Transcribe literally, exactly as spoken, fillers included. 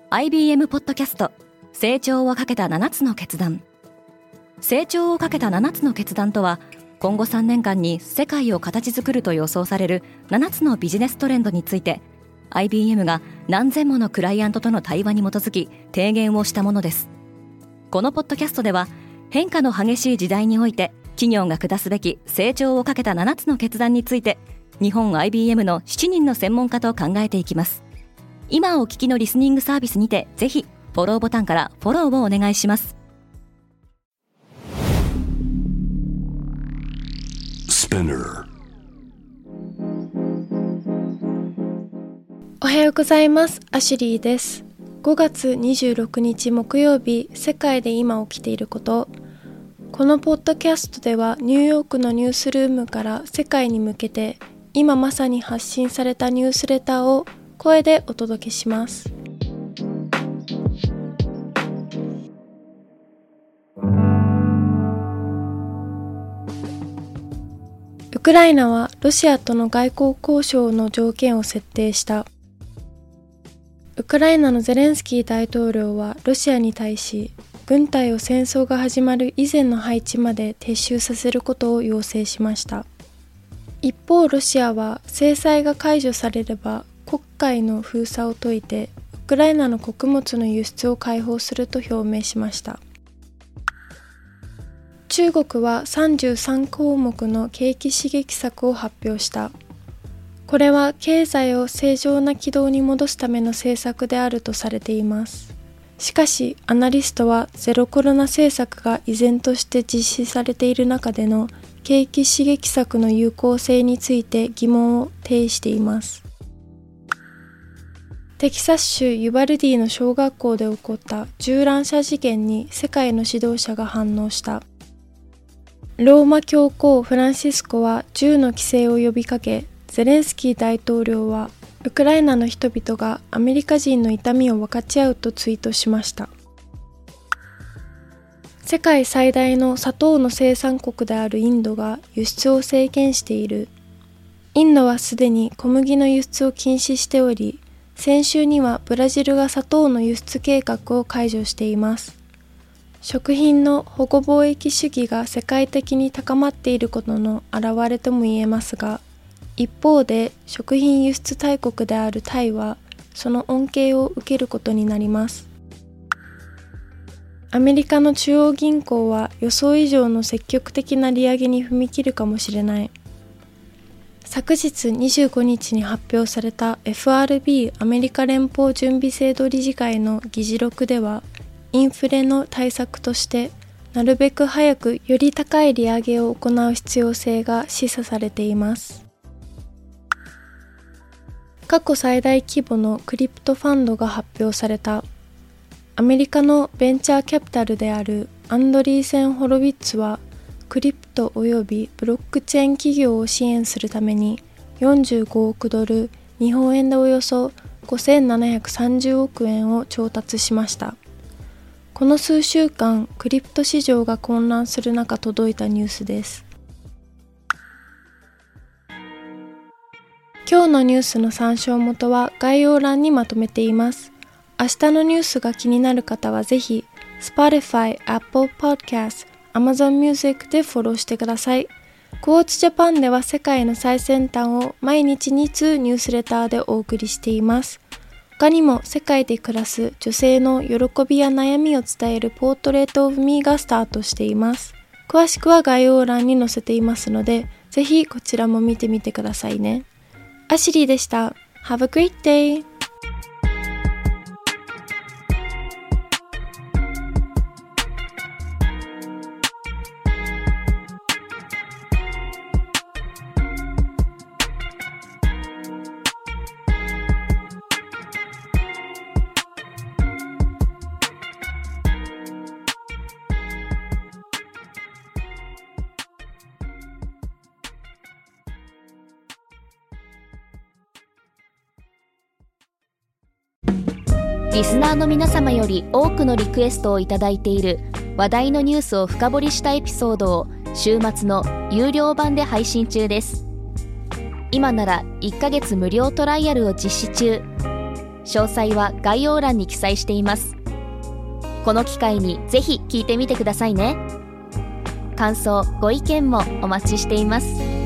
アイビーエム ポッドキャスト成長をかけたななつの決断。成長をかけたななつの決断とは、今後さんねんかんに世界を形作ると予想されるななつのビジネストレンドについて アイビーエム が何千ものクライアントとの対話に基づき提言をしたものです。このポッドキャストでは、変化の激しい時代において企業が下すべき成長をかけたななつの決断について、日本 アイビーエム のしちにんの専門家と考えていきます。今お聞きのリスニングサービスにて、ぜひフォローボタンからフォローをお願いします。 おはようございます。アシュリーです。ごがつにじゅうろくにち木曜日、世界で今起きていること。このポッドキャストでは、ニューヨークのニュースルームから世界に向けて今まさに発信されたニュースレターを声でお届けします。ウクライナはロシアとの外交交渉の条件を設定した。ウクライナのゼレンスキー大統領はロシアに対し、軍隊を戦争が始まる以前の配置まで撤収させることを要請しました。一方、ロシアは制裁が解除されれば黒海の封鎖を解いてウクライナの穀物の輸出を開放すると表明しました。中国はさんじゅうさんこうもくの景気刺激策を発表した。これは経済を正常な軌道に戻すための政策であるとされています。しかし、アナリストはゼロコロナ政策が依然として実施されている中での景気刺激策の有効性について疑問を呈しています。テキサス州ユバルディの小学校で起こった銃乱射事件に世界の指導者が反応した。ローマ教皇フランシスコは銃の規制を呼びかけ、ゼレンスキー大統領はウクライナの人々がアメリカ人の痛みを分かち合うとツイートしました。世界最大の砂糖の生産国であるインドが輸出を制限している。インドはすでに小麦の輸出を禁止しており、先週にはブラジルが砂糖の輸出計画を解除しています。食品の保護貿易主義が世界的に高まっていることの表れとも言えますが、一方で食品輸出大国であるタイはその恩恵を受けることになります。アメリカの中央銀行は予想以上の積極的な利上げに踏み切るかもしれない。昨日にじゅうごにちに発表された エフアールビー アメリカ連邦準備制度理事会の議事録では、インフレの対策としてなるべく早くより高い利上げを行う必要性が示唆されています。過去最大規模のクリプトファンドが発表された。アメリカのベンチャーキャピタルであるアンドリーセン・ホロウィッツは、クリプト及びブロックチェーン企業を支援するためによんじゅうごおくドル、日本円でおよそごせんななひゃくさんじゅうおくえんを調達しました。この数週間、クリプト市場が混乱する中届いたニュースです。今日のニュースの参照元は概要欄にまとめています。明日のニュースが気になる方はぜひ Spotify、Apple Podcast、Amazon Music でフォローしてください。クォーツジャパンでは世界の最先端を毎日につうニュースレターでお送りしています。他にも世界で暮らす女性の喜びや悩みを伝えるポートレートオブミーがスタートしています。詳しくは概要欄に載せていますので、ぜひこちらも見てみてくださいね。アシュリーでした。Have a great day! リスナーの皆様より多くのリクエストをいただいている話題のニュースを深掘りしたエピソードを週末の有料版で配信中です。今ならいっかげつ無料トライアルを実施中。 詳細は概要欄に記載しています。この機会にぜひ聞いてみてくださいね。感想、ご意見もお待ちしています。